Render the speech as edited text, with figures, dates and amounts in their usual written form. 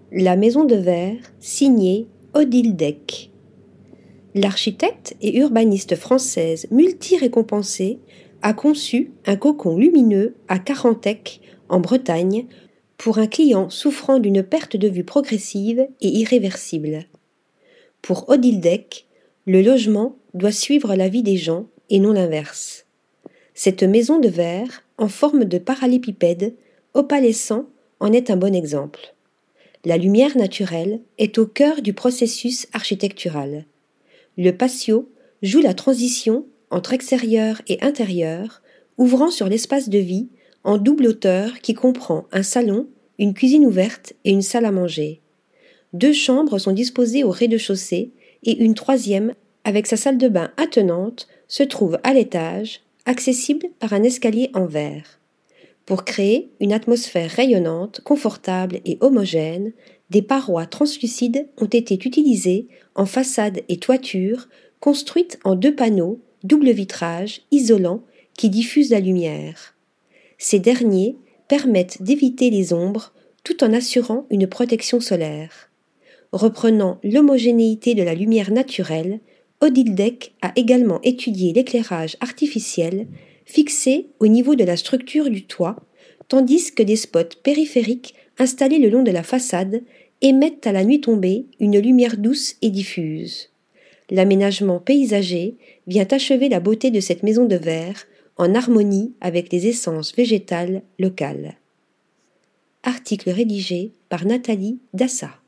La maison de verre, signée Odile Deck. L'architecte et urbaniste française multi-récompensée a conçu un cocon lumineux à Carantec, en Bretagne, pour un client souffrant d'une perte de vue progressive et irréversible. Pour Odile Deck, le logement doit suivre la vie des gens et non l'inverse. Cette maison de verre, en forme de parallépipède, opalescent, en est un bon exemple. La lumière naturelle est au cœur du processus architectural. Le patio joue la transition entre extérieur et intérieur, ouvrant sur l'espace de vie en double hauteur qui comprend un salon, une cuisine ouverte et une salle à manger. 2 chambres sont disposées au rez-de-chaussée et une troisième, avec sa salle de bain attenante, se trouve à l'étage, accessible par un escalier en verre. Pour créer une atmosphère rayonnante, confortable et homogène, des parois translucides ont été utilisées en façade et toiture, construites en 2 panneaux, double vitrage, isolants, qui diffusent la lumière. Ces derniers permettent d'éviter les ombres tout en assurant une protection solaire. Reprenant l'homogénéité de la lumière naturelle, Odile Deck a également étudié l'éclairage artificiel fixé au niveau de la structure du toit, tandis que des spots périphériques installés le long de la façade émettent à la nuit tombée une lumière douce et diffuse. L'aménagement paysager vient achever la beauté de cette maison de verre en harmonie avec les essences végétales locales. Article rédigé par Nathalie Dassa.